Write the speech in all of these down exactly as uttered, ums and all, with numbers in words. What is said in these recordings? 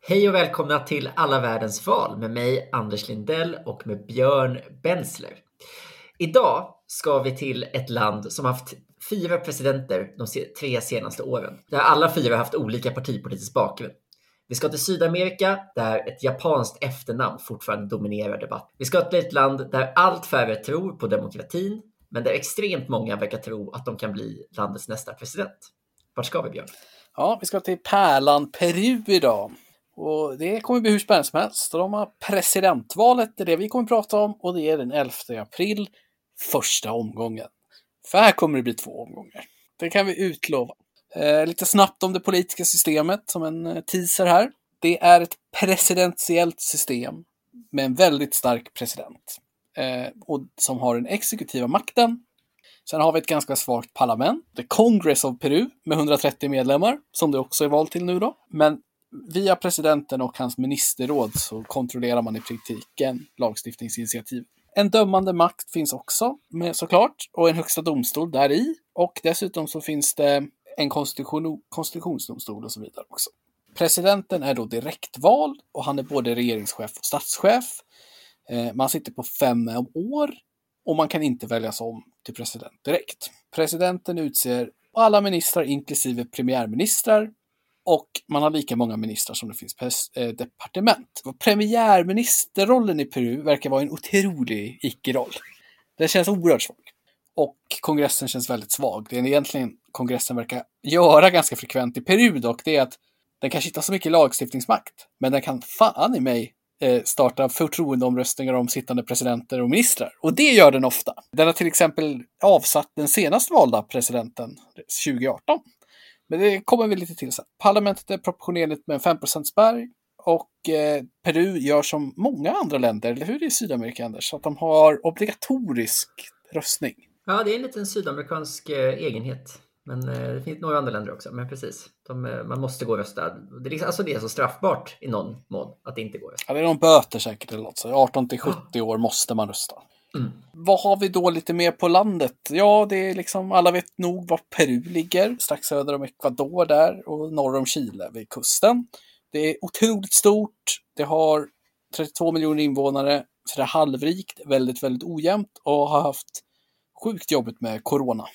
Hej och välkomna till Alla världens val med mig Anders Lindell och med Björn Bensler. Idag ska vi till ett land som haft fyra presidenter de tre senaste åren. Där alla fyra har haft olika partipolitisk bakgrund. Vi ska till Sydamerika där ett japanskt efternamn fortfarande dominerar debatt. Vi ska till ett land där allt färre tror på demokratin, men där extremt många verkar tro att de kan bli landets nästa president. Vart ska vi, Björn? Ja, vi ska till Pärlan, Peru idag. Och det kommer bli hur spännande som helst. De har presidentvalet, det är det vi kommer att prata om. Och det är den elfte april, första omgången. För här kommer det bli två omgångar. Det kan vi utlova. Eh, lite snabbt om det politiska systemet, som en teaser här. Det är ett presidentiellt system med en väldigt stark president. Eh, och som har den exekutiva makten. Sen har vi ett ganska svagt parlament. The Congress of Peru med hundratrettio medlemmar. Som det också är val till nu då. Men via presidenten och hans ministerråd så kontrollerar man i praktiken lagstiftningsinitiativ. En dömande makt finns också, med, såklart, och en högsta domstol där i. Och dessutom så finns det en konstitution, konstitutionsdomstol och så vidare också. Presidenten är då direktval och han är både regeringschef och statschef. Eh, man sitter på fem år och man kan inte väljas om till president direkt. Presidenten utser alla ministrar inklusive premiärministrar. Och man har lika många ministrar som det finns pres- eh, departement. Och premiärministerrollen i Peru verkar vara en otrolig icke-roll. Den känns oerhört svag. Och kongressen känns väldigt svag. Det är egentligen kongressen verkar göra ganska frekvent i Peru dock. Det är att den kanske inte har så mycket lagstiftningsmakt. Men den kan fan i mig eh, starta förtroendeomröstningar om sittande presidenter och ministrar. Och det gör den ofta. Den har till exempel avsatt den senast valda presidenten tjugo arton. Men det kommer vi lite till sen. Parlamentet är proportionerligt med en fem procent spärr och eh, Peru gör som många andra länder, eller hur är det i Sydamerika, Anders? Så att de har obligatorisk röstning. Ja, det är en liten sydamerikansk eh, egenhet. Men eh, det finns några andra länder också. Men precis, de, eh, man måste gå och rösta. Det är, liksom, alltså det är så straffbart i någon mån att det inte går att rösta. Ja, det är någon böter säkert eller något. Så arton till sjuttio år måste man rösta. Mm. Vad har vi då lite mer på landet? Ja, det är liksom, alla vet nog var Peru ligger. Strax söder om Ecuador där och norr om Chile vid kusten. Det är otroligt stort. Det har trettiotvå miljoner invånare. Så det är halvrikt, väldigt, väldigt ojämnt och har haft sjukt jobbigt med corona.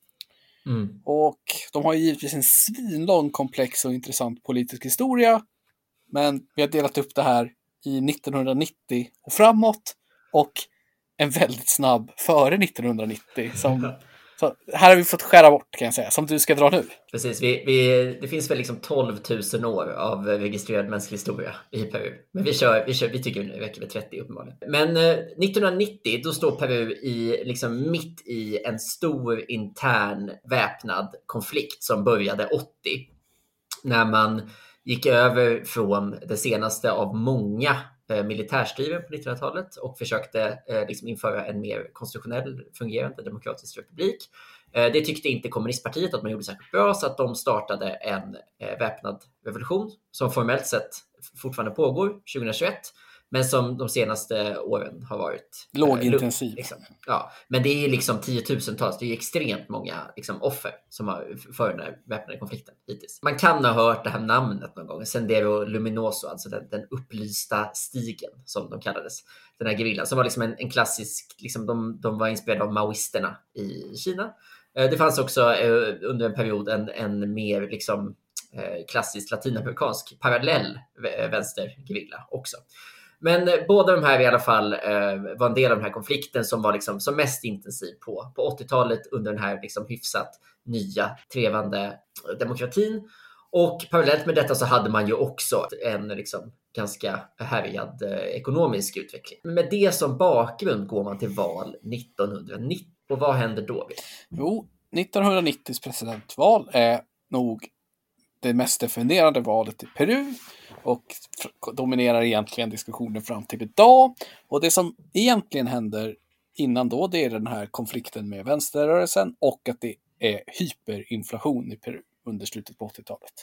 Mm. Och de har givetvis en svinlång, komplex och intressant politisk historia. Men vi har delat upp det här i nittonhundranittio och framåt och en väldigt snabb före nittonhundranittio. Som, så här har vi fått skära bort kan jag säga, som du ska dra nu. Precis, vi, vi, det finns väl liksom tolv tusen år av registrerad mänsklig historia i Peru. Men vi, kör, vi, kör, vi tycker det räcker med trettio uppenbarligen. Men eh, nittonhundranittio då står Peru i, liksom, mitt i en stor intern väpnad konflikt som började åttio. När man gick över från det senaste av många militärstyre på nittonhundratalet och försökte eh, liksom införa en mer konstitutionell fungerande demokratisk republik. Eh, det tyckte inte kommunistpartiet att man gjorde särskilt bra, så att de startade en eh, väpnad revolution som formellt sett fortfarande pågår tjugohundratjugoett, men som de senaste åren har varit lågintensiv. Eh, liksom. Ja, men det är liksom tiotusentals, det är extremt många liksom, offer som har för den här väpnade konflikten hittills. Man kan ha hört det här namnet någon gång, Sendero Luminoso, alltså den, den upplysta stigen som de kallades. Den här gerillan som var liksom en, en klassisk, liksom, de, de var inspirerade av maoisterna i Kina. Eh, det fanns också eh, under en period en, en mer liksom, eh, klassisk latinamerikansk parallell vänstergerilla också. Men eh, båda de här i alla fall eh, var en del av den här konflikten som var liksom som mest intensiv på, på åttiotalet under den här liksom hyfsat nya, trevande demokratin. Och parallellt med detta så hade man ju också en liksom ganska härjad eh, ekonomisk utveckling. Men med det som bakgrund går man till val nittonhundranittio. Och vad händer då? Jo, nittonhundranittio presidentval är nog det mest definierande valet i Peru och dominerar egentligen diskussionen fram till idag. Och det som egentligen händer innan då, det är den här konflikten med vänsterrörelsen och att det är hyperinflation i Peru under slutet på åttiotalet.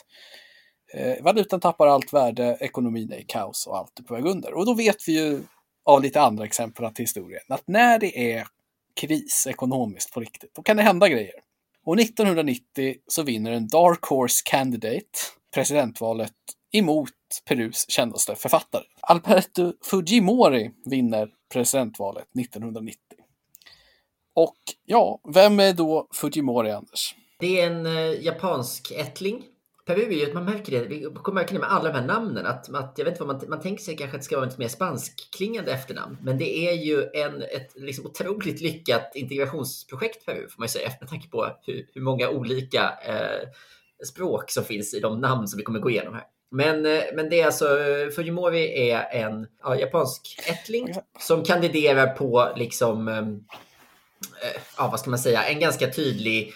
Eh, valutan tappar allt värde, ekonomin är i kaos och allt är på väg under. Och då vet vi ju av lite andra exempel till historien att när det är kris ekonomiskt på riktigt, då kan det hända grejer. Och nittonhundranittio så vinner en dark horse candidate presidentvalet emot Perus kändaste författare. Alberto Fujimori vinner presidentvalet nittonhundranittio. Och ja, vem är då Fujimori, Anders? Det är en eh, japansk ättling. Peru är ju, man märker det, vi kommer märka det med alla de här namnen, att, att jag vet inte vad man, man tänker sig kanske att det ska vara ett mer spanskklingande efternamn, men det är ju en, ett liksom otroligt lyckat integrationsprojekt Peru, får man ju säga, med tanke på hur, hur många olika eh, språk som finns i de namn som vi kommer gå igenom här. Men, eh, men det är alltså, Fujimori är en ja, japansk ättling som kandiderar på liksom eh, ja, vad ska man säga, en ganska tydlig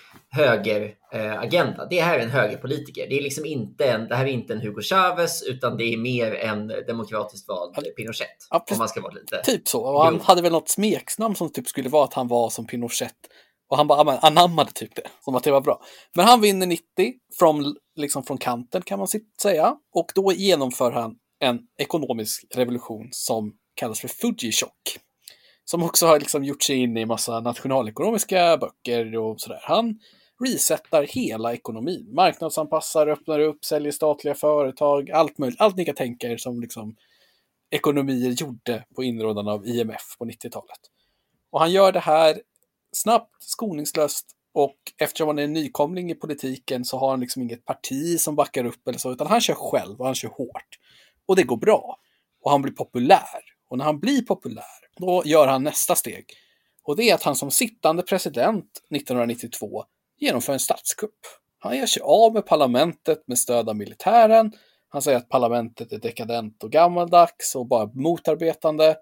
högeragenda. Eh, det här är en högerpolitiker. Det är liksom inte en, det här är inte en Hugo Chavez, utan det är mer en demokratiskt vald Pinochet. Ja, om man ska vara lite typ så. Och han hade väl något smeksnamn som typ skulle vara att han var som Pinochet. Och han bara anammade typ det, som att det var bra. Men han vinner nittio från, liksom från kanten, kan man säga. Och då genomför han en ekonomisk revolution som kallas för Fuji-chock. Som också har liksom gjort sig in i massa nationalekonomiska böcker och sådär. Han resetar hela ekonomin. Marknadsanpassar, öppnar upp, säljer statliga företag. Allt möjligt. Allt ni kan tänka er som liksom ekonomier gjorde på inrådan av I M F på nittiotalet. Och han gör det här snabbt, skoningslöst. Och eftersom han är en nykomling i politiken så har han liksom inget parti som backar upp eller så. Utan han kör själv och han kör hårt. Och det går bra. Och han blir populär. Och när han blir populär, då gör han nästa steg. Och det är att han som sittande president nittonhundranittiotvå genomför en statskupp. Han ger sig av med parlamentet med stöd av militären. Han säger att parlamentet är dekadent och gammaldags och bara motarbetande.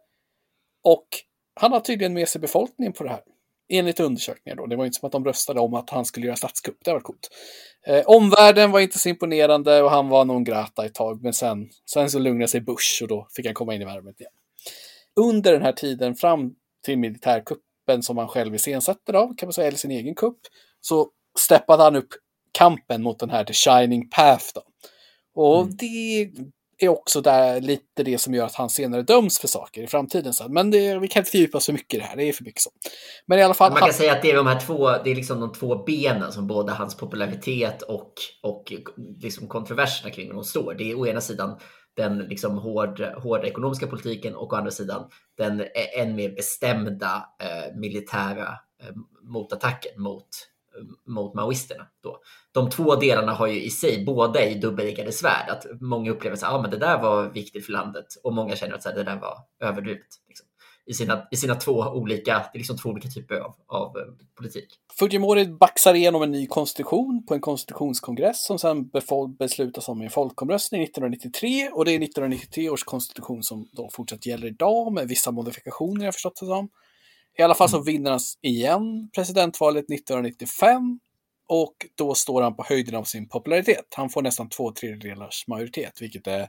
Och han har tydligen med sig befolkningen på det här. Enligt undersökningar då. Det var inte som att de röstade om att han skulle göra statskupp. Det var coolt. Eh, omvärlden var inte så imponerande och han var någon grata ett tag. Men sen, sen så lugnade sig Bush och då fick han komma in i värmen igen. Under den här tiden fram till militärkuppen som han själv iscensätter av, kan man säga, eller sin egen kupp, så steppade han upp kampen mot den här The Shining Path då. Och mm. det är också där lite det som gör att han senare döms för saker i framtiden sen. Men det, vi kan inte fördjupa så mycket i det här, det är för mycket så. Men i alla fall... Man kan han... säga att det är de här två, det är liksom de två benen som både hans popularitet och, och liksom kontroverserna kring dem står. Det är å ena sidan den liksom hård, hårda ekonomiska politiken och å andra sidan den än mer bestämda eh, militära eh, motattacken mot, mot maoisterna. Då. De två delarna har ju i sig båda i dubbelriggade svärd. Att många upplever att ah, men det där var viktigt för landet och många känner att så här, det där var överdrivet. Liksom. I, sina, I sina två olika, det är liksom två olika typer av, av eh, politik. Fujimori baxar igenom en ny konstitution på en konstitutionskongress som sen befol- beslutas om en folkomröstning nittonhundranittiotre, och det är nittonhundranittiotre års konstitution som då fortsatt gäller idag med vissa modifikationer jag förstått det som. I alla fall så vinner han igen presidentvalet nittonhundranittiofem och då står han på höjden av sin popularitet. Han får nästan två tredjedelars majoritet, vilket är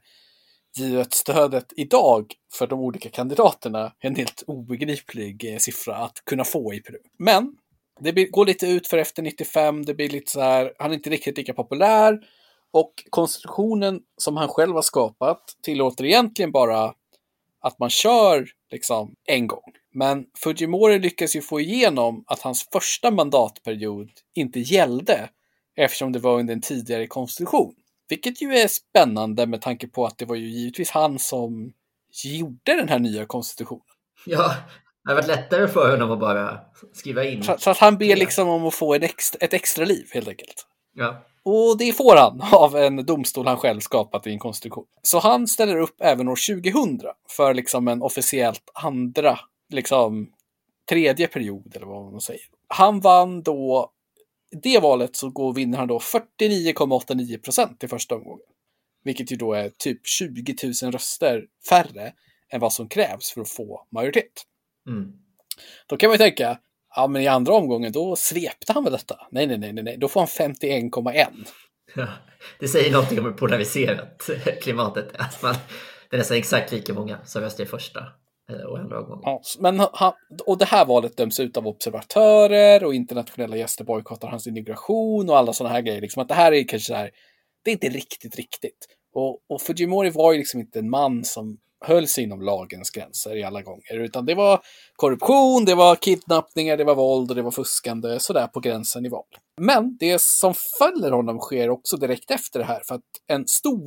givet stödet idag för de olika kandidaterna en helt obegriplig siffra att kunna få i Peru. Men det går lite ut för efter nittiofem, det blir lite så här, han är inte riktigt lika populär och konstitutionen som han själv har skapat tillåter egentligen bara att man kör liksom en gång. Men Fujimori lyckas ju få igenom att hans första mandatperiod inte gällde eftersom det var under en tidigare konstitution. Vilket ju är spännande med tanke på att det var ju givetvis han som gjorde den här nya konstitutionen. Ja, det har varit lättare för honom att bara skriva in. Så, så att han ber liksom om att få en extra, ett extra liv helt enkelt. Ja. Och det får han av en domstol han själv skapat i en konstitution. Så han ställer upp även år tjugohundra för liksom en officiellt andra, liksom tredje period eller vad man säger. Han vann då, det valet så går, vinner han då fyrtionio komma åttionio procent i första omgången. Vilket ju då är typ tjugo tusen röster färre än vad som krävs för att få majoritet. Mm. Då kan man ju tänka, ja men i andra omgången då svepte han väl detta? Nej, nej, nej, nej, då får han femtioen komma ett. Ja, det säger någonting om hur polariserat klimatet är. Alltså man, det är nästan exakt lika många som röstade i första och andra omgången. Ja, men han, och det här valet döms ut av observatörer och internationella gäster bojkottar hans inauguration och alla sådana här grejer. Liksom att det här är kanske så här, det är inte riktigt, riktigt. Och, och Fujimori var ju liksom inte en man som höll sig inom lagens gränser i alla gånger, utan det var korruption, det var kidnappningar, det var våld och det var fuskande sådär på gränsen i val. Men det som följer honom sker också direkt efter det här, för att en stor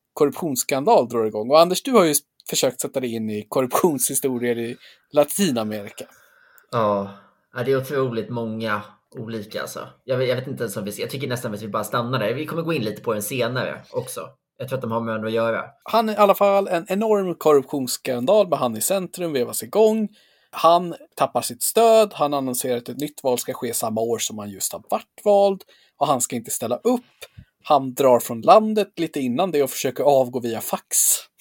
korruptionsskandal drar igång. Och Anders, du har ju försökt sätta dig in i korruptionshistorier i Latinamerika. Ja, det är otroligt många olika alltså. Jag vet, jag vet inte ens om vi ser. Jag tycker nästan att vi bara stannar där. Vi kommer gå in lite på den senare också. Jag tror att de har med att göra. Han är i alla fall en enorm korruptionsskandal med han i centrum, vevas igång. Han tappar sitt stöd. Han annonserar att ett nytt val ska ske samma år som han just har varit vald. Och han ska inte ställa upp. Han drar från landet lite innan det och försöker avgå via fax.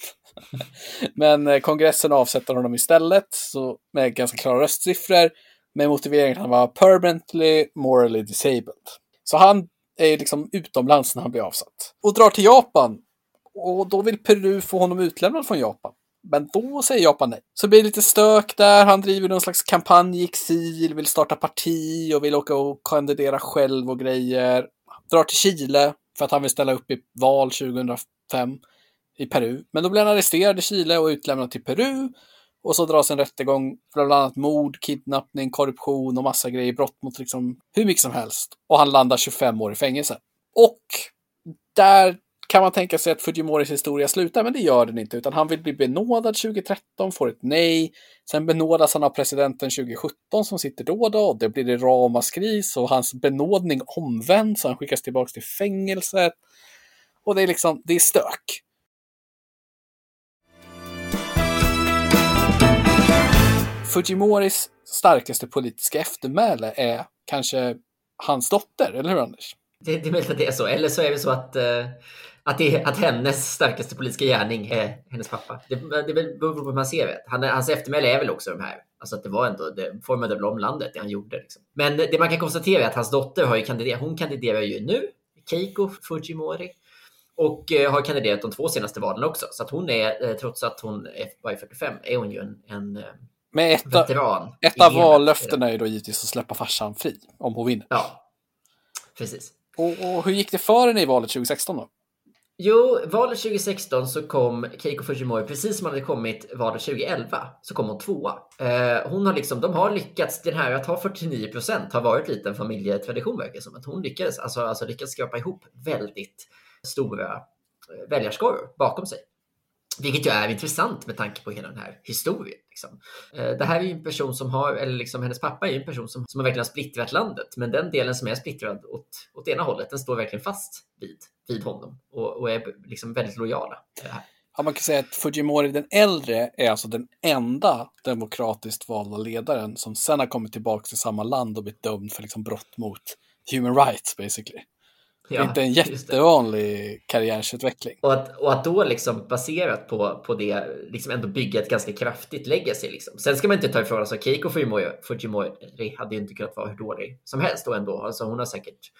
Men kongressen avsätter honom istället så med ganska klara röstsiffror med motiveringen att han var permanently morally disabled. Så han är liksom utomlands när han blir avsatt. Och drar till Japan. Och då vill Peru få honom utlämnad från Japan. Men då säger Japan nej. Så blir det lite stök där. Han driver någon slags kampanj i exil. Vill starta parti och vill åka och kandidera själv och grejer. Drar till Chile för att han vill ställa upp i val tjugohundrafem i Peru. Men då blir han arresterad i Chile och utlämnad till Peru. Och så dras en rättegång för bland annat mord, kidnappning, korruption och massa grejer. Brott mot liksom hur mycket som helst. Och han landar tjugofem år i fängelse. Och där kan man tänka sig att Fujimoris historia slutar, men det gör den inte. Utan han vill bli benådad tjugohundratretton, får ett nej. Sen benådas han av presidenten tjugosjutton som sitter då då. Och det blir det ramaskris och hans benådning omvänds. Så han skickas tillbaka till fängelset. Och det är liksom, det är stök. Fujimoris starkaste politiska eftermäle är kanske hans dotter, eller hur Anders? Det, det är möjligt att det är så. Eller så är det så att, uh, att, det, att hennes starkaste politiska gärning är hennes pappa. Det, det beror på hur man ser det. Han, hans eftermäle är väl också de här. Alltså att det var ändå, det formade väl om landet, det han gjorde. Liksom. Men det man kan konstatera är att hans dotter har ju kandiderat. Hon kandiderar ju nu, Keiko Fujimori. Och uh, har kandiderat de två senaste valen också. Så att hon är, uh, trots att hon är bara fyrtiofem, är hon ju en... en uh, Men ett, veteran. Ett av vallöftena är ju då givetvis att släppa farsan fri om hon vinner. Ja, precis. Och, och hur gick det för henne i valet tjugohundrasexton då? Jo, valet tjugohundrasexton så kom Keiko Fujimori, precis som hade kommit valet tjugoelva, så kom hon tvåa. Eh, hon har liksom, de har lyckats, den här att ha fyrtionio procent har varit lite en familjetradition verkar som. Att hon lyckades, alltså, alltså lyckades skrapa ihop väldigt stora väljarskaror bakom sig. Vilket ju är intressant med tanke på hela den här historien. Liksom. Det här är ju en person som har, eller liksom hennes pappa är ju en person som, som har verkligen splittrat landet. Men den delen som är splittrad åt, åt ena hållet, den står verkligen fast vid, vid honom. Och, och är liksom väldigt lojala. Här. Ja, man kan säga att Fujimori den äldre är alltså den enda demokratiskt valda ledaren som sen har kommit tillbaka till samma land och blivit dömd för liksom brott mot human rights basically. Det är ja, inte en jättevanlig karriärsutveckling. Och att, och att då liksom baserat på, på det liksom ändå bygga ett ganska kraftigt legacy. Liksom. Sen ska man inte ta ifrån, alltså Keiko Fujimori, Fujimori hade ju inte kunnat vara hur dålig som helst då ändå. Alltså hon har säkert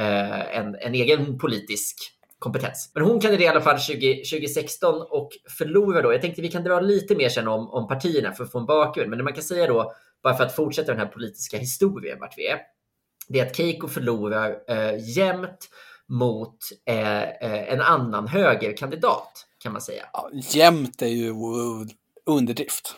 eh, en, en egen politisk kompetens. Men hon kandiderade i alla fall tjugo, tjugohundrasexton och förlorade då. Jag tänkte vi kan dra lite mer sen om, om partierna för att få en bakgrund. Men det man kan säga då, bara för att fortsätta den här politiska historien vart vi är, det är att Keiko förlorar eh, jämnt mot eh, eh, en annan högerkandidat, kan man säga. Ja, jämnt är ju underdrift.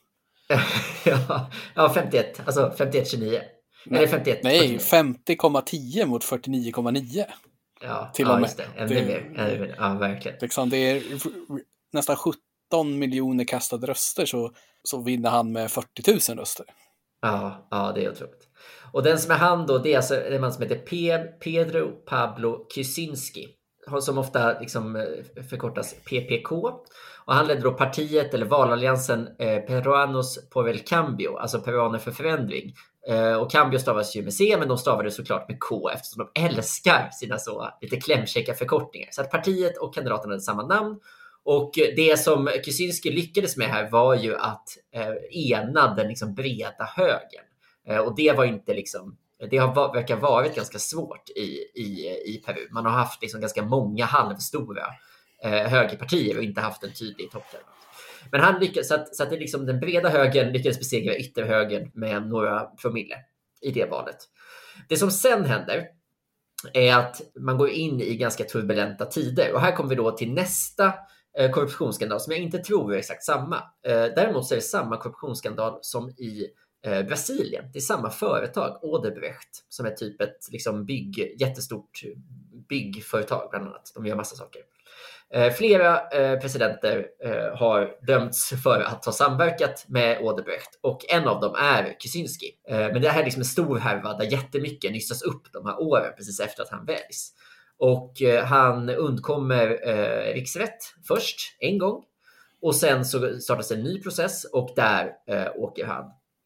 ja, ja, femtioett, alltså femtioett tjugonio. Nej, Eller femtioett, nej femtio komma tio mot fyrtionio komma nio. Ja, till ja, och med. Just det. Ännu det, mer. Ännu mer. Ja, verkligen. Liksom, det är nästan sjutton miljoner kastade röster så, så vinner han med fyrtio tusen röster. Ja, ja, det är otroligt. Och den som är han då, det är alltså en man som heter Pedro Pablo Kuczynski, som ofta liksom förkortas P P K. Och han ledde då partiet eller valalliansen eh, Peruanos por el Cambio, alltså peruaner för förändring. Eh, och Cambio stavas ju med C, men de stavade såklart med K eftersom de älskar sina så lite klämkäcka förkortningar. Så att partiet och kandidaterna hade samma namn. Och det som Kuczynski lyckades med här var ju att eh, ena den liksom breda högern. Eh, och det var inte liksom, det har verkar varit ganska svårt i, i, i Peru. Man har haft liksom ganska många halvstora eh, högerpartier och inte haft en tydlig toppterm. Men han lyckades, så att, så att det liksom den breda högern lyckades besegra ytterhögern med några promille i det valet. Det som sen händer är att man går in i ganska turbulenta tider. Och här kommer vi då till nästa eh, korruptionsskandal som jag inte tror är exakt samma. Eh, däremot så är det samma korruptionsskandal som i eh, Brasilien. Det är samma företag, Odebrecht, som är typ ett liksom, bygg, jättestort byggföretag bland annat. De gör massa saker. Eh, flera eh, presidenter eh, har dömts för att ha samverkat med Odebrecht och en av dem är Kuczynski. Eh, men det här är liksom en stor härva där jättemycket nystas upp de här åren precis efter att han väljs. Och eh, han undkommer eh, riksrätt först en gång och sen så startas en ny process och där eh, åker han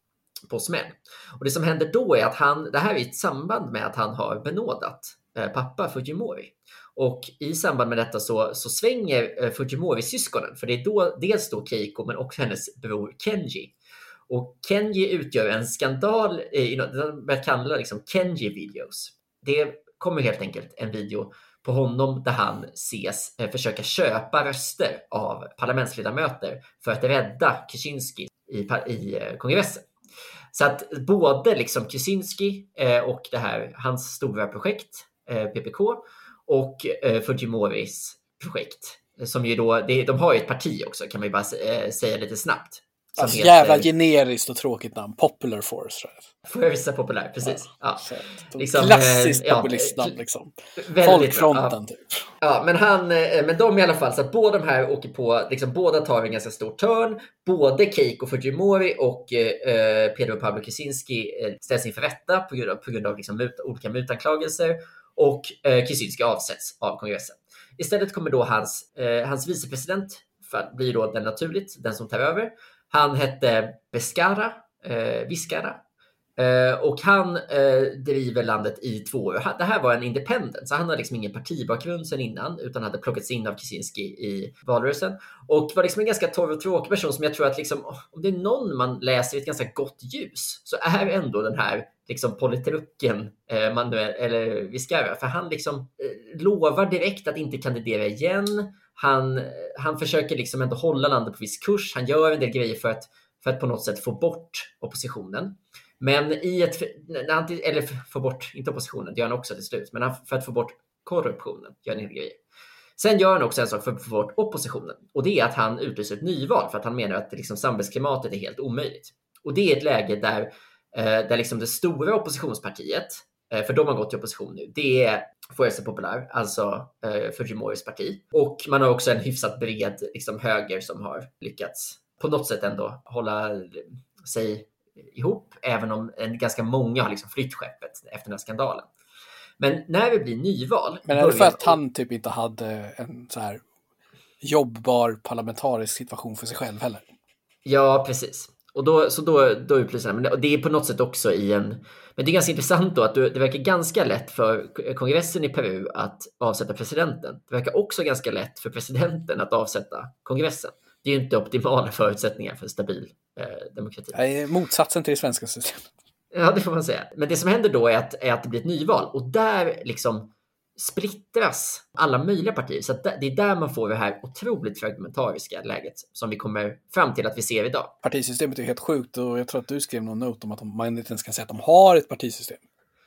på smäll. Och det som händer då är att han, det här är ett samband med att han har benådat eh, pappa Fujimori. Och i samband med detta så, så svänger eh, Fujimori-syskonen, för det är då dels då Keiko men också hennes bror Kenji. Och Kenji utgör en skandal, eh, den börjar kalla liksom Kenji-videos. Det kommer helt enkelt en video på honom där han ses eh, försöka köpa röster av parlamentsledamöter för att rädda Kuczynski i, i eh, kongressen. Så att både liksom Kuczynski eh, och det här, hans stora projekt eh, P P K och eh, Fujimoris projekt som ju då, det, de har ju ett parti också kan man ju bara eh, säga lite snabbt. Alltså heter, jävla generiskt och tråkigt namn, Popular Force. Force är populär, precis. Ja. Ja. Liksom, klassiskt ja, populistnamn liksom. Väldigt Folkfronten ja. typ. Ja, men han, men de i alla fall, så att båda de här åker på, liksom båda tar en ganska stor törn. Både Keiko Fujimori och eh, Pedro Pablo Kuczynski eh, ställs inför rätta på grund av, på grund av liksom mut, olika mutanklagelser. Och eh, Kuczynski avsätts av kongressen. Istället kommer då hans, eh, hans vicepresident, för, blir då den naturligt, den som tar över. Han hette Beskara, eh, Viskara. Eh, och han eh, driver landet i två år. Det här var en independent, så han hade liksom ingen partibakgrund sedan innan, utan hade plockats in av Kuczynski i valrörelsen. Och var liksom en ganska torr och tråkig person som jag tror att liksom, om det är någon man läser i ett ganska gott ljus, så är ändå den här liksom politruken eh, Manuel, eller Viskara. För han liksom eh, lovar direkt att inte kandidera igen. Han, han försöker liksom ändå hålla landet på viss kurs. Han gör en del grejer för att, för att på något sätt få bort oppositionen. Men i ett, eller få bort, inte oppositionen, det gör han också till slut, men för att få bort korruptionen gör han en del grejer. Sen gör han också en sak för att få bort oppositionen, och det är att han utlyser ett nyval för att han menar att liksom samhällsklimatet är helt omöjligt. Och det är ett läge där, där liksom det stora oppositionspartiet, för de har gått i opposition nu, det är Fuerza Popular, alltså eh, Fujimoris parti. Och man har också en hyfsat bred liksom, höger som har lyckats på något sätt ändå hålla sig ihop, även om en, ganska många har liksom flytt skeppet efter den här skandalen. Men när det blir nyval... Men är det för att han typ inte hade en så här jobbbar parlamentarisk situation för sig själv heller? Ja, precis. Och då, så då, då utlyser han. Och det är på något sätt också i en... Men det är ganska intressant då att det verkar ganska lätt för kongressen i Peru att avsätta presidenten. Det verkar också ganska lätt för presidenten att avsätta kongressen. Det är ju inte optimala förutsättningar för stabil eh, demokrati. Det är motsatsen till det svenska systemet. Ja, det får man säga. Men det som händer då är att, är att det blir ett nyval. Och där liksom splittras alla möjliga partier. Så att det är där man får det här otroligt fragmentariska läget som vi kommer fram till att vi ser idag. Partisystemet är helt sjukt, och jag tror att du skrev någon not om att man inte ens kan säga att de har ett partisystem.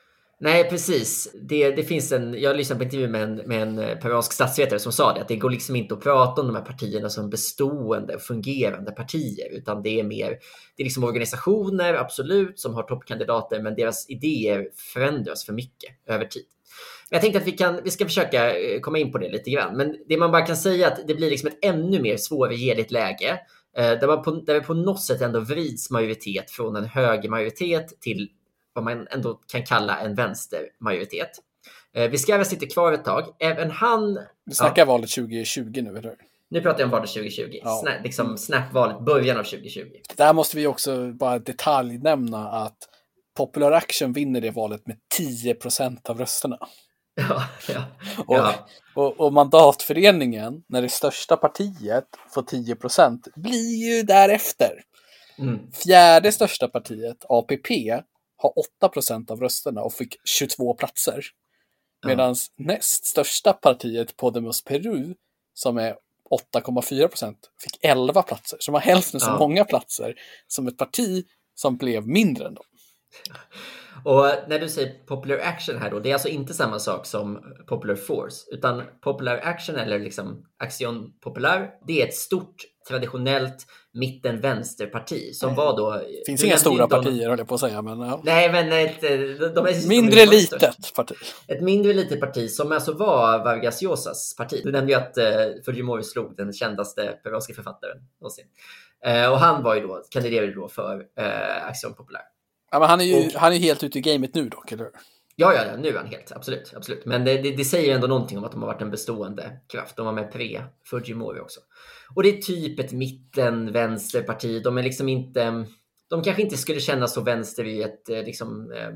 Nej, precis. Det, det finns en, jag lyssnade på en intervju med en, med en peruansk statsvetare som sa det, att det går liksom inte att prata om de här partierna som bestående och fungerande partier, utan det är mer, det är liksom organisationer, absolut, som har toppkandidater, men deras idéer förändras för mycket över tid. Jag tänkte att vi, kan, vi ska försöka komma in på det lite grann, men det man bara kan säga är att det blir liksom ett ännu mer svårregerligt läge, där, man på, där det på något sätt ändå vrids majoritet från en högermajoritet till vad man ändå kan kalla en vänstermajoritet. Eh, Vizcarra sitter kvar ett tag. Även han... Du snackar ja. valet tjugo tjugo nu, eller? Nu pratar jag om valet tjugo tjugo. Ja. Snap, liksom snap-valet, början av tjugo tjugo. Där måste vi också bara detaljnämna att Popular Action vinner det valet med tio procent av rösterna. Ja, ja, och, ja. Och, och mandatföreningen, när det största partiet får tio procent, blir ju därefter. Mm. Fjärde största partiet, A P P, har åtta procent av rösterna och fick tjugotvå platser. Medan ja. näst största partiet, Podemos Peru, som är åtta komma fyra procent, fick elva platser. Så de har hälften så ja. många platser som ett parti som blev mindre än dem. Och när du säger Popular Action här då, det är alltså inte samma sak som Popular Force, utan Popular Action eller liksom Action Popular, det är ett stort traditionellt mitten-vänsterparti som var då... Det finns inga stora de, partier, höll jag på att säga. Men, ja. Nej, men ett, de är... Mindre de är litet störst. Parti. Ett mindre litet parti som alltså var Vargas Llosas parti. Du nämnde ju att uh, Fujimori slog den kändaste peruanska författaren någonsin. Uh, och han var ju då, kandiderade då för uh, Acción Popular. Ja, men han är ju och, han är helt ute i gamet nu dock, eller hur? Ja, ja, nu är han helt, absolut, absolut. Men det, det, det säger ändå någonting om att de har varit en bestående kraft. De var med pre-Fujimori också. Och det är typ ett mitten-vänsterparti. De är liksom inte, de kanske inte skulle kännas så vänster i ett liksom, eh,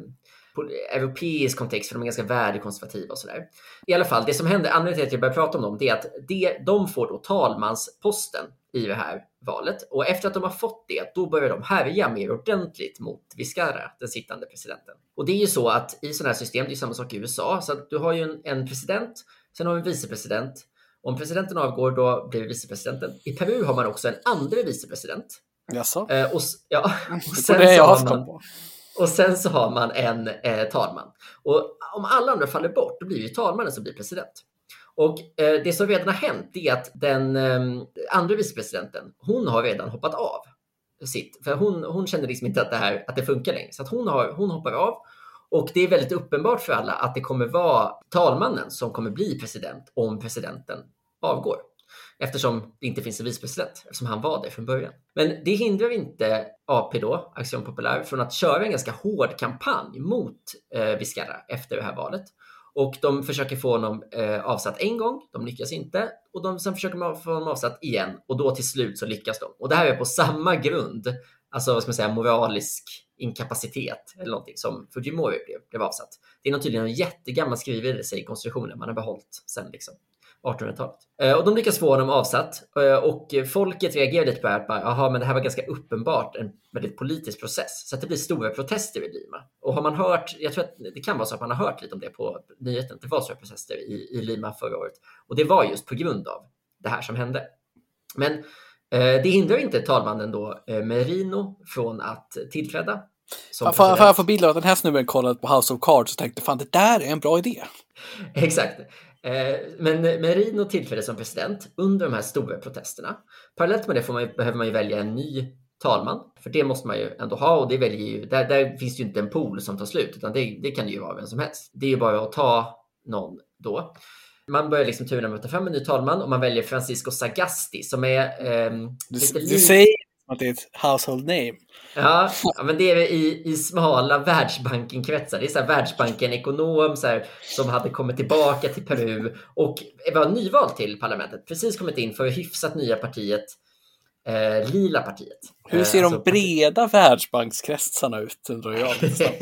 europeisk kontext, för de är ganska värdekonservativa och sådär. I alla fall, det som händer, anledningen till att jag börjar prata om dem, det är att det, de får då talmansposten i det här valet. Och efter att de har fått det, då börjar de härja mer ordentligt mot Vizcarra, den sittande presidenten. Och det är ju så att i sådana här system, det är samma sak i U S A, så att du har ju en, en president, sen har du en vicepresident. Om presidenten avgår, då blir det vicepresidenten. I Peru har man också en andra vicepresident. Jaså? Eh, och, ja, och, sen det så har man, och sen så har man en eh, talman. Och om alla andra faller bort, då blir det ju talmannen som blir president. Och eh, det som redan har hänt är att den eh, andra vicepresidenten, hon har redan hoppat av sitt. För hon, hon känner liksom inte att det här att det funkar längre. Så att hon, har, hon hoppar av. Och det är väldigt uppenbart för alla att det kommer vara talmannen som kommer bli president om presidenten avgår. Eftersom det inte finns en vicepresident, eftersom han var det från början. Men det hindrar inte A P då, Acción Popular, från att köra en ganska hård kampanj mot eh, Vizcarra efter det här valet. Och de försöker få honom eh, avsatt en gång, de lyckas inte. Och de sen försöker få honom avsatt igen, och då till slut så lyckas de. Och det här är på samma grund, alltså vad ska man säga, moralisk inkapacitet eller någonting som Fujimori blev, blev avsatt. Det är tydligen en jättegammal skrivelse i konstitutionen man har behållit sedan liksom artonhundratalet. Eh, och de lyckas få honom avsatt, eh, och folket reagerar lite på det här, bara, aha, men det här var ganska uppenbart en väldigt politisk process, så att det blir stora protester i Lima. Och har man hört, jag tror att det kan vara så att man har hört lite om det på nyheten, det var stora protester i, i Lima förra året, och det var just på grund av det här som hände. Men eh, det hindrar inte talmannen då, eh, Merino, från att tillträda. För, för, för jag får bilda att den här snubben kollade på House of Cards och tänkte, fan, det där är en bra idé. Exakt. Men Merino tillträdde som president under de här stora protesterna. Parallellt med det får man, behöver man ju välja en ny talman. För det måste man ju ändå ha, och det väljer ju, där, där finns ju inte en pool som tar slut, utan det, det kan ju vara vem som helst. Det är ju bara att ta någon då. Man börjar liksom turerna med att ta fram en ny talman, och man väljer Francisco Sagasti som är... Eh, du, du säger att det är ett household name. Ja, ja, men det är i, i smala Världsbanken-kretsar. Det är så här Världsbanken-ekonom så här, som hade kommit tillbaka till Peru och var nyvald till parlamentet. Precis kommit in för att hyfsat nya partiet, eh, Lila partiet. Hur ser eh, de alltså, breda världsbankskretsarna ut? Undrar jag.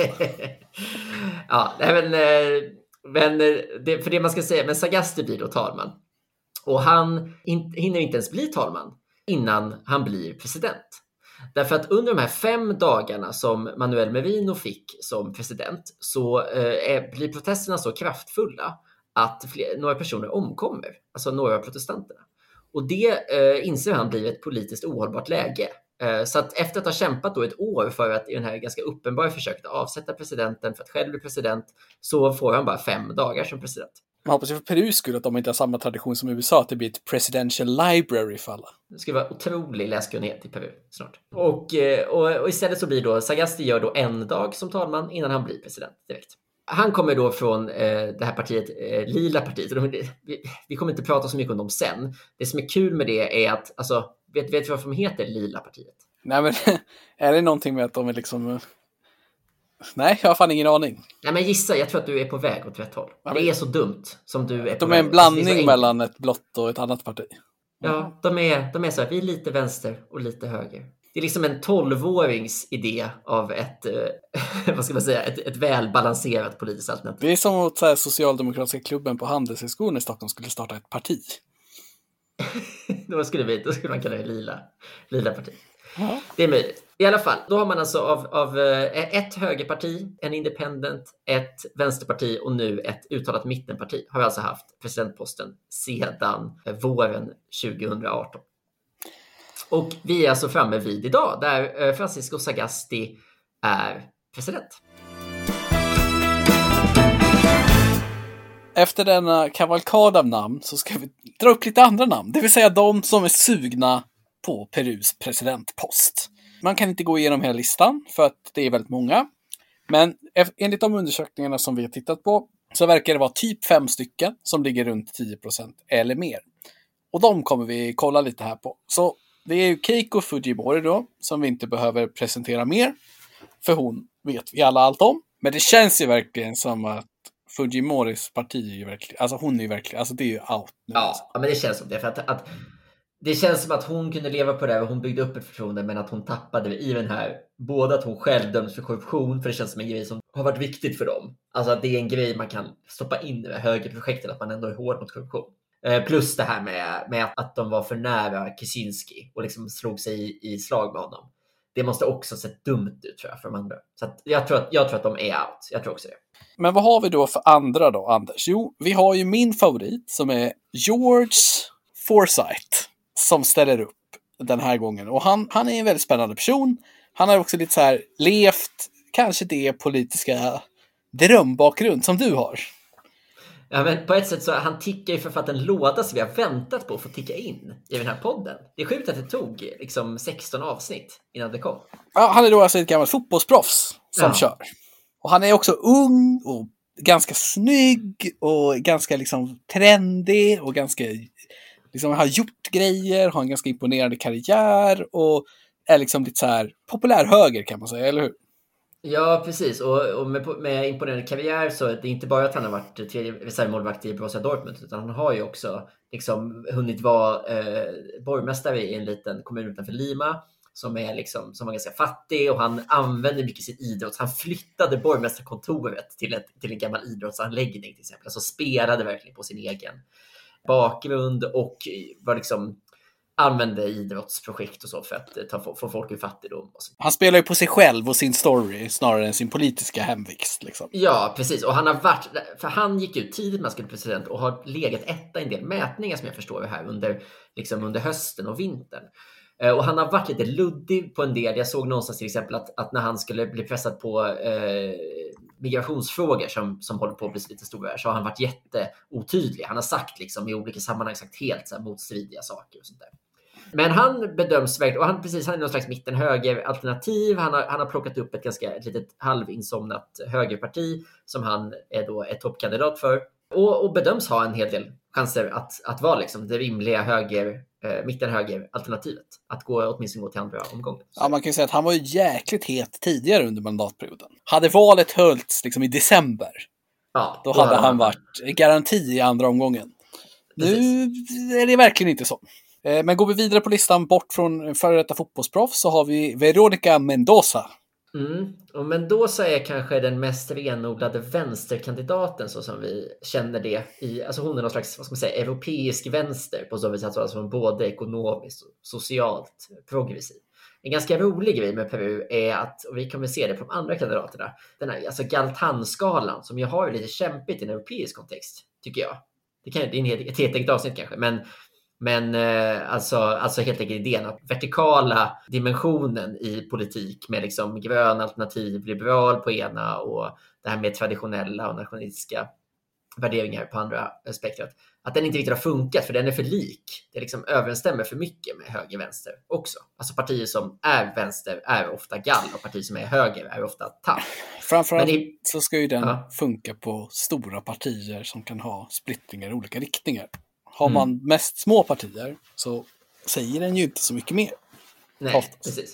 Ja, men, eh, men det, för det man ska säga, men Sagasti blir då talman. Och han in, hinner inte ens bli talman innan han blir president. Därför att under de här fem dagarna som Manuel Merino fick som president så eh, blir protesterna så kraftfulla att fler, några personer omkommer. Alltså några av protestanterna. Och det eh, inser han blir ett politiskt ohållbart läge. Eh, så att efter att ha kämpat då ett år för att i den här ganska uppenbara försöket att avsätta presidenten för att själv bli president, så får han bara fem dagar som president. Man hoppas ju för Perus skull att de inte har samma tradition som U S A, att det blir ett presidential library för alla. Det ska vara otrolig läskunnighet i Peru snart. Och, och, och istället så blir då Sagasti gör då en dag som talman innan han blir president direkt. Han kommer då från eh, det här partiet, eh, Lila partiet. De, vi, vi kommer inte prata så mycket om dem sen. Det som är kul med det är att, alltså, vet, vet du varför de heter Lila partiet? Nej, men är det någonting med att de är liksom... Nej, jag har fan ingen aning. Nej, men gissa, jag tror att du är på väg åt rätt håll. Ja, men... Det är så dumt som du är på De väg. är en blandning är mellan ett blått och ett annat parti. Ja, de är, de är så här, vi är lite vänster och lite höger. Det är liksom en tolvårings idé av ett, eh, vad ska man säga, ett, ett välbalanserat politiskt alternativ. Det är som att så här, socialdemokratiska klubben på Handelshögskolan i Stockholm skulle starta ett parti. då, skulle vi, då skulle man kalla det lila, lila parti. Ja. Det är möjligt. I alla fall, då har man alltså av, av ett högerparti, en independent, ett vänsterparti och nu ett uttalat mittenparti har vi alltså haft presidentposten sedan våren tjugohundraarton. Och vi är alltså framme vid idag där Francisco Sagasti är president. Efter denna kavalkad av namn så ska vi dra upp lite andra namn. Det vill säga de som är sugna på Perus presidentpost. Man kan inte gå igenom hela listan för att det är väldigt många. Men enligt de undersökningarna som vi har tittat på så verkar det vara typ fem stycken som ligger runt tio procent eller mer. Och de kommer vi kolla lite här på. Så det är ju Keiko Fujimori då, som vi inte behöver presentera mer. För hon vet vi alla allt om. Men det känns ju verkligen som att Fujimoris parti är ju verkligen, alltså hon är ju verkligen, alltså det är ju out nu. Ja, ja men det känns som det. För att, att, det känns som att hon kunde leva på det och hon byggde upp ett förtroende, men att hon tappade i den här, både att hon själv döms för korruption, för det känns som en grej som har varit viktigt för dem. Alltså att det är en grej man kan stoppa in i det högerprojektet, att man ändå är hård mot korruption. Eh, plus det här med, med att de var för nära Kaczynski och liksom slog sig i, i slag med honom. Det måste också sett dumt ut tror jag för de andra. Så att jag, tror att, jag tror att de är out. Jag tror också det. Men vad har vi då för andra då, Anders? Jo, vi har ju min favorit som är George Forsyth som ställer upp den här gången. Och han, han är en väldigt spännande person. Han har också lite så här levt kanske det politiska drömbakgrund som du har. Ja, men på ett sätt så han tickar ju för att en låda som vi har väntat på att få ticka in i den här podden. Det är sjukt att det tog liksom sexton avsnitt innan det kom. Ja, han är då alltså ett gammalt fotbollsproffs som ja. kör. Och han är också ung och ganska snygg och ganska liksom trendig och ganska liksom har gjort grejer, har en ganska imponerande karriär och är liksom lite så här populär höger kan man säga, eller hur? Ja, precis. Och, och med, med imponerande karriär så är det inte bara att han har varit tredje reservmålvakt i Borussia Dortmund, utan han har ju också liksom hunnit vara eh, borgmästare i en liten kommun utanför Lima som är liksom som var ganska fattig, och han använde mycket sin idrott. Han flyttade borgmästarkontoret till, ett, till en gammal idrottsanläggning till exempel. Alltså spelade verkligen på sin egen bakgrund och var liksom använde idrottsprojekt och så för att ta, få folk ur fattigdom. Och så. Han spelar ju på sig själv och sin story snarare än sin politiska hemvixt. Liksom. Ja, precis. Och han har varit, för han gick ut tidigt när han skulle bli president och har legat etta i en del mätningar som jag förstår här under, liksom under hösten och vintern. Och han har varit lite luddig på en del. Jag såg någonstans till exempel att, att när han skulle bli pressad på eh, migrationsfrågor som, som håller på att bli lite stora, så har han varit jätteotydlig. Han har sagt liksom i olika sammanhang sagt helt så här, motstridiga saker och sånt där. Men han bedöms verkligen, och han, precis, han är någon slags mitten-höger alternativ. Han har, han har plockat upp ett ganska ett litet halvinsomnat högerparti som han är då ett toppkandidat för. Och, och bedöms ha en hel del chanser att, att vara liksom det rimliga höger, eh, mitten-höger alternativet. Att gå, åtminstone gå till andra omgången. Ja, man kan ju säga att han var ju jäkligt het tidigare under mandatperioden. Hade valet hölls liksom i december, ja, då, då hade han, han varit garanti i andra omgången. Precis. Nu är det verkligen inte så. Men går vi vidare på listan bort från före detta fotbollsproffs så har vi Veronica Mendoza. Mm. Och Mendoza är kanske den mest renodlade vänsterkandidaten så som vi känner det i, alltså hon är någon slags, vad ska man säga, europeisk vänster på så vis att alltså både ekonomiskt och socialt progressiv. En ganska rolig grej med Peru är att, och vi kommer se det på de andra kandidaterna, den här alltså Galtan-skalan som jag har lite kämpigt i en europeisk kontext, tycker jag. Det, kan, det är ett helt eget avsnitt kanske, men Men eh, alltså, alltså helt enkelt idén att vertikala dimensionen i politik med liksom grön alternativ, liberal på ena och det här med traditionella och nationalistiska värderingar på andra spektrat, att den inte riktigt har funkat för den är för lik. Det liksom överensstämmer för mycket med höger-vänster också. Alltså partier som är vänster är ofta gall och partier som är höger är ofta tapp. Framförallt i, så ska ju den ja. funka på stora partier som kan ha splittringar i olika riktningar. Har man mm. mest små partier så säger den ju inte så mycket mer. Nej, oftast. Precis.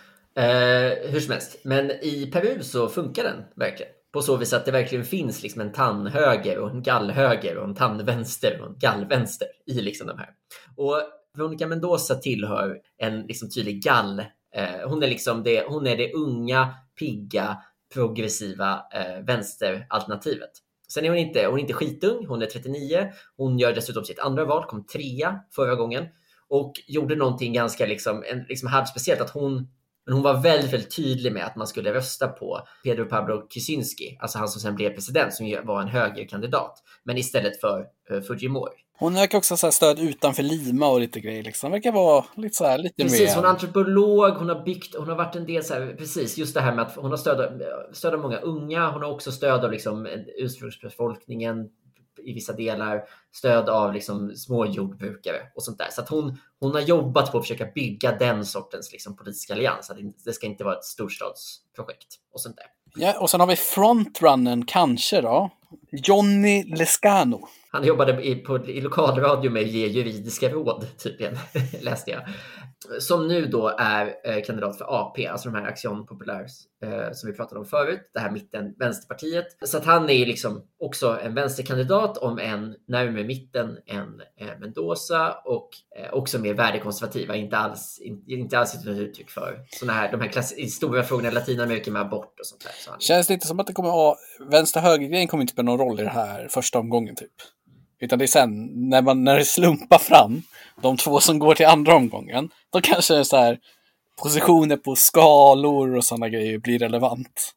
Eh, hur som helst. Men i Peru så funkar den verkligen. På så vis att det verkligen finns liksom en tandhöger och en gallhöger och en tandvänster och en gallvänster i liksom de här. Och Veronica Mendoza tillhör en liksom tydlig gall. Eh, hon är liksom det, hon är det unga, pigga, progressiva eh, vänsteralternativet. Sen är hon inte, hon är inte skitung, hon är trettionio. Hon gör dessutom sitt andra val, kom trea förra gången. Och gjorde någonting ganska liksom, en, liksom halvspeciellt att hon, men hon var väldigt, väldigt tydlig med att man skulle rösta på Pedro Pablo Kuczynski. Alltså han som sen blev president som var en högerkandidat. Men istället för uh, Fujimori. Hon verkar också så här stöd utanför Lima och lite grejer liksom. Verkar vara lite så här, lite precis, mer. Hon är antropolog, hon har byggt, hon har varit en del så här, precis just det här med att hon har stöd, stöd av många unga, hon har också stöd av liksom ursprungsbefolkningen, i vissa delar, stöd av liksom små jordbrukare och sånt där. Så att hon, hon har jobbat på att försöka bygga den sortens liksom politiska allians. Att det ska inte vara ett storstadsprojekt och sånt där. Ja, och sen har vi frontrunnern kanske då, Johnny Lescano. Han jobbade i, på, i lokalradio med att ge juridiska råd, tydligen, läste jag. Som nu då är eh, kandidat för A P, alltså de här Action Populaires eh, som vi pratade om förut, det här mitten vänsterpartiet. Så att han är liksom också en vänsterkandidat, om en närmare mitten än eh, Mendoza, och eh, också mer värdekonservativa, inte alls, in, inte alls ett uttryck för såna här, de här klass- stora frågorna i Latinamerika med abort och sånt där. Så han... Känns det inte som att det kommer att vänster-höger-grejen kommer inte spela någon roll i det här första omgången typ? Utan det är sen, när, man, när det slumpar fram de två som går till andra omgången, då kanske så här, positioner på skalor och sådana grejer blir relevant.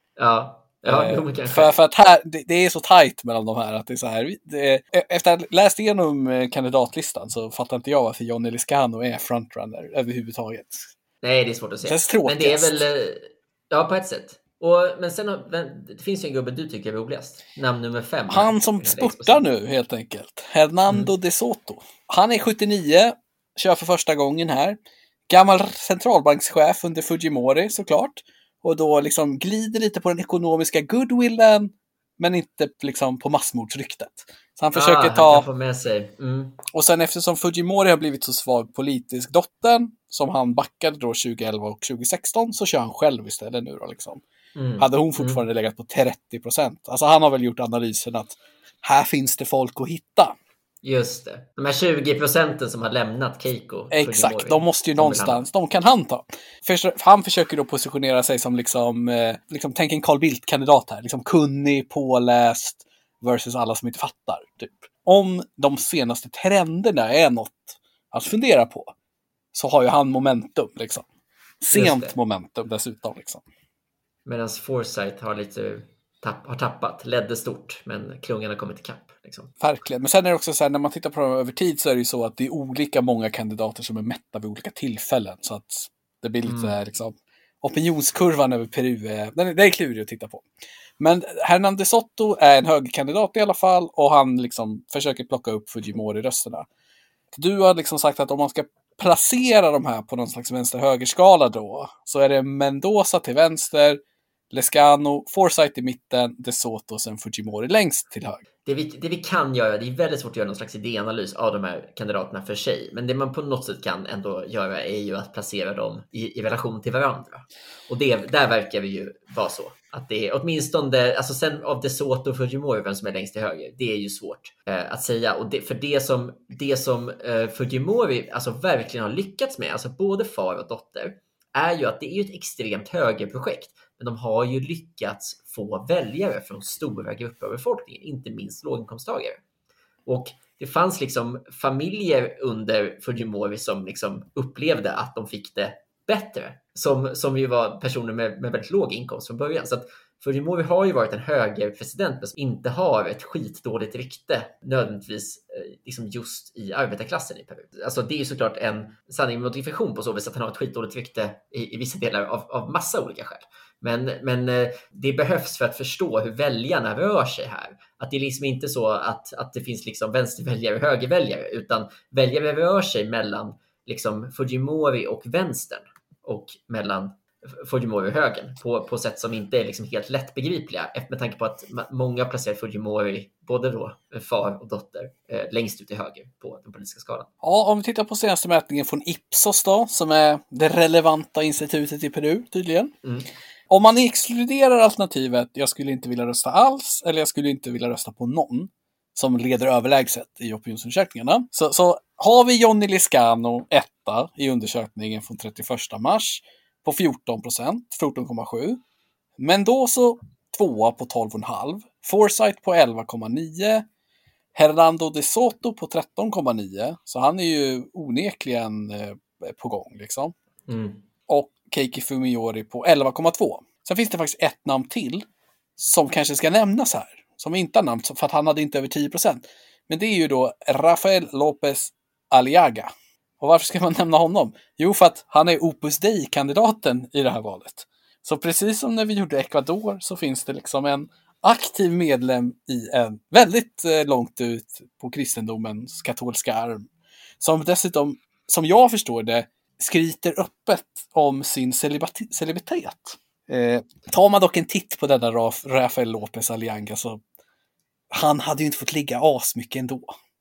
Ja, ja eh, kanske. För, för att här, det, det är så tajt mellan de här att det är så här, det, efter att ha läst igenom kandidatlistan så fattar inte jag varför Johnny Lescano är frontrunner överhuvudtaget. Nej, det är svårt att säga. Känns tråkigt. Men det är väl, ja, på ett sätt. Och, men sen det finns ju en gubbe du tycker är roligast. Namn nummer fem. Han som spurtar nu helt enkelt. Hernando mm. de Soto. Han är sjuttionio, kör för första gången här. Gammal centralbankschef under Fujimori såklart. Och då liksom glider lite på den ekonomiska goodwillen, men inte liksom på massmordsryktet. Så han försöker ah, ta... Han få med sig. Mm. Och sen eftersom Fujimori har blivit så svag politisk dottern, som han backade då tjugoelva och tjugohundrasexton, så kör han själv istället nu då liksom. Mm. Hade hon fortfarande mm. legat på trettio procent. Alltså han har väl gjort analysen att här finns det folk att hitta. Just det. De här tjugo procenten som har lämnat Keiko. Exakt, de måste ju någonstans, de kan han ta. För, han försöker då positionera sig som liksom, eh, liksom tänk en Carl Bildt-kandidat här. Liksom kunnig, påläst versus alla som inte fattar. Typ. Om de senaste trenderna är något att fundera på, så har ju han momentum liksom. Sent momentum dessutom liksom. Medan Forsyth har lite tapp, har tappat, ledde stort, men klungan har kommit ikapp. Liksom. Verkligen, men sen är det också så här, när man tittar på dem över tid så är det ju så att det är olika många kandidater som är mätta vid olika tillfällen. Så att det blir lite mm. så här liksom, opinionskurvan över Peru, är, den är, det är klurigt att titta på. Men Hernando de Soto är en högerkandidat i alla fall, och han liksom försöker plocka upp Fujimori-rösterna. Du har liksom sagt att om man ska placera de här på någon slags vänster-högerskala då, så är det Mendoza till vänster, Lescano, Forsyth i mitten, de Soto och sen Fujimori längst till höger. Det vi, det vi kan göra, det är väldigt svårt att göra någon slags idéanalys av de här kandidaterna för sig, men det man på något sätt kan ändå göra är ju att placera dem i, i relation till varandra. Och det, där verkar vi ju vara så. Att det är åtminstone, alltså sen av de Soto och Fujimori, vem som är längst till höger, det är ju svårt eh, att säga. Och det, för det som, det som eh, Fujimori alltså verkligen har lyckats med, alltså både far och dotter, är ju att det är ett extremt högerprojekt. Men de har ju lyckats få väljare från stora grupper av befolkningen, inte minst låginkomsttagare. Och det fanns liksom familjer under Fujimori som liksom upplevde att de fick det bättre. Som, som ju var personer med, med väldigt låg inkomst från början. Så att Fujimori har ju varit en högerpresident men som inte har ett skitdåligt rykte nödvändigtvis eh, liksom just i arbetarklassen i Peru. Alltså det är ju såklart en sanning med modifikation på så vis att han har ett skitdåligt rykte i, i vissa delar av, av massa olika skäl. Men, men eh, det behövs för att förstå hur väljarna rör sig här. Att det är liksom inte så att, att det finns liksom vänsterväljare och högerväljare, utan väljare rör sig mellan liksom Fujimori och vänstern och mellan Fujimori och högern på, på sätt som inte är liksom helt lättbegripliga, med tanke på att många placerar Fujimori, både då far och dotter, eh, längst ut till höger på den politiska skalan. Ja, om vi tittar på senaste mätningen från Ipsos då, som är det relevanta institutet i Peru tydligen. Mm. Om man exkluderar alternativet jag skulle inte vilja rösta alls, eller jag skulle inte vilja rösta på någon, som leder överlägset i opinionsundersökningarna, så, så har vi Johnny Lescano etta i undersökningen från trettioförsta mars på fjorton procent, fjorton komma sju. Mendoza tvåa på tolv komma fem. Forsyth på elva komma nio. Hernando de Soto på tretton komma nio. Så han är ju onekligen eh, på gång liksom. Mm. Och Keiki Fumiyori på elva komma två. Sen finns det faktiskt ett namn till som kanske ska nämnas här. Som inte har namn, för att han hade inte över tio procent. Men det är ju då Rafael López Aliaga. Och varför ska man nämna honom? Jo, för att han är Opus Dei-kandidaten i det här valet. Så precis som när vi gjorde Ecuador så finns det liksom en aktiv medlem i en väldigt eh, långt ut på kristendomens katolska arm. Som dessutom, som jag förstår det, skryter öppet om sin celibati- celibitet. Eh, tar man dock en titt på denna Raf- Rafael Lopez Aliaga så han hade ju inte fått ligga asmycket ändå.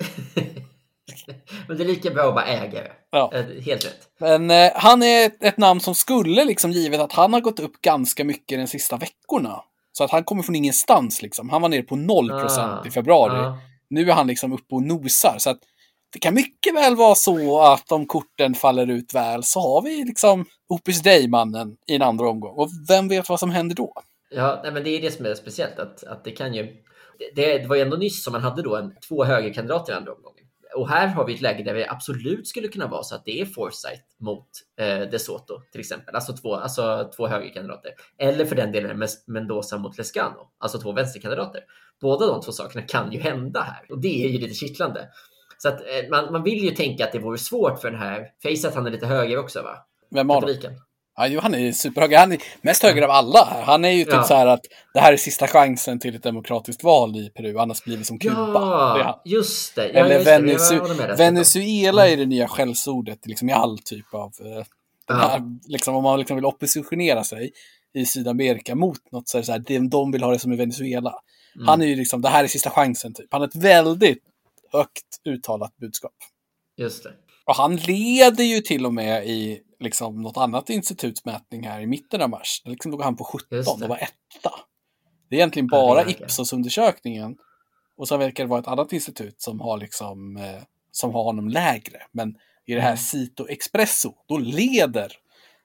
Men det är lika bra att vara ägare. Ja. Helt rätt. Men eh, han är ett, ett namn som skulle, liksom, givet att han har gått upp ganska mycket de sista veckorna. Så att han kommer från ingenstans. Liksom. Han var nere på noll procent ah, i februari. Ah. Nu är han liksom uppe och nosar. Så att det kan mycket väl vara så att om korten faller ut väl så har vi liksom Opus Dei-mannen i en andra omgång. Och vem vet vad som händer då? Ja, nej, men det är det som är speciellt. Att, att det kan ju... Det, det var ju ändå nyss som man hade då en, två högerkandidater i andra omgången. Och här har vi ett läge där vi absolut skulle kunna vara så att det är Forsyth mot eh, De Soto till exempel. Alltså två, alltså två högerkandidater. Eller för den delen Mendoza mot Lezcano. Alltså två vänsterkandidater. Båda de två sakerna kan ju hända här. Och det är ju lite kittlande. Så att eh, man, man vill ju tänka att det vore svårt för den här. Face att han är lite höger också, va? Vem har det? Ja, jo, han är superhöger. Han är mest höger av alla här. Han är ju typ ja. så här att det här är sista chansen till ett demokratiskt val i Peru. Annars blir vi som Kuba. Ja, det just det. Ja, Eller just Venezu- det. Venezuela är det nya skällsordet liksom i all typ av... Eh, ja. här, liksom, om man liksom vill oppositionera sig i Sydamerika mot något så är det så här, de vill ha det som i Venezuela. Mm. Han är ju liksom, det här är sista chansen typ. Han har ett väldigt högt uttalat budskap. Just det. Och han leder ju till och med i liksom något annat institutsmätning här i mitten av mars. Där liksom låg han på sjutton och var etta. Det är egentligen bara Ipsos-undersökningen. Och så verkar det vara ett annat institut som har liksom eh, som har honom lägre. Men i det här Cito Expresso, då leder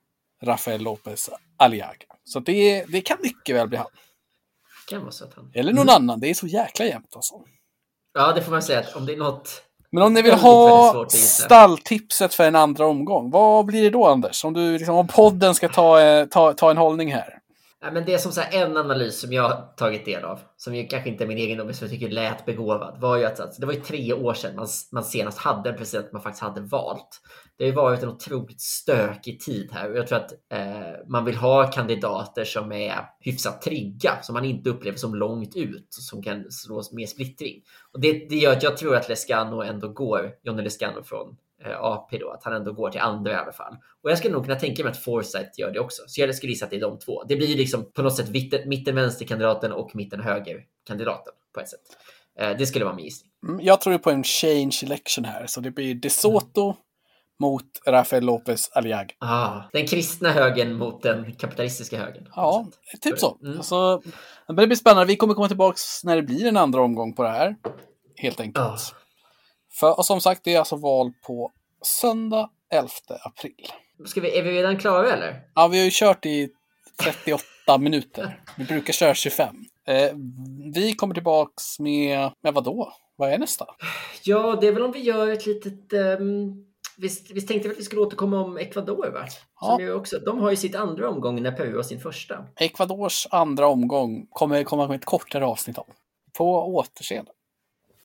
Rafael Lopez Aliaga. Så det, det kan mycket väl bli han. Kan vara så att han... Eller någon mm. annan. Det är så jäkla jämnt alltså. Ja, det får man säga att om det är något... Men om ni vill ha stalltipset för en andra omgång, vad blir det då, Anders? Om du liksom, om podden ska ta, ta, ta en hållning här. Ja, men det är som så här, en analys som jag har tagit del av, som ju kanske inte är min egen, men som jag tycker lät begåvad, var ju att alltså, det var ju tre år sedan man, man senast hade en president man faktiskt hade valt. Det har ju varit en otroligt stökig tid här. Och jag tror att eh, man vill ha kandidater som är hyfsat trigga, som man inte upplever som långt ut, som kan slå mer splittring. Och det, det gör att jag tror att Lezcano ändå går, Johnny Lezcano från eh, A P då, att han ändå går till andra i alla fall. Och jag skulle nog kunna tänka mig att Forsyth gör det också. Så jag skulle gissa att det är de två. Det blir ju liksom på något sätt mitten-vänsterkandidaten och mitten-högerkandidaten på ett sätt. Eh, det skulle vara min gissning. Jag tror på en change election här, så det blir De Soto mm. mot Rafael Lopez Aliaga. Ah, den kristna högern mot den kapitalistiska högern. Ja, typ så. Mm. Alltså, det blir spännande. Vi kommer komma tillbaka när det blir en andra omgång på det här. Helt enkelt. Ah. För, och som sagt, det är alltså val på söndag elfte april. Ska vi, är vi redan klara eller? Ja, vi har ju kört i trettioåtta minuter. Vi brukar köra tjugofem. Eh, vi kommer tillbaks med, med vad då? Vad är nästa? Ja, det är väl om vi gör ett litet... Um... Visst, visst tänkte vi att vi skulle återkomma om Ecuador, va? Som ja. ju också, de har ju sitt andra omgång när Peru har sin första. Ecuadors andra omgång kommer komma med ett kortare avsnitt om. På återseende.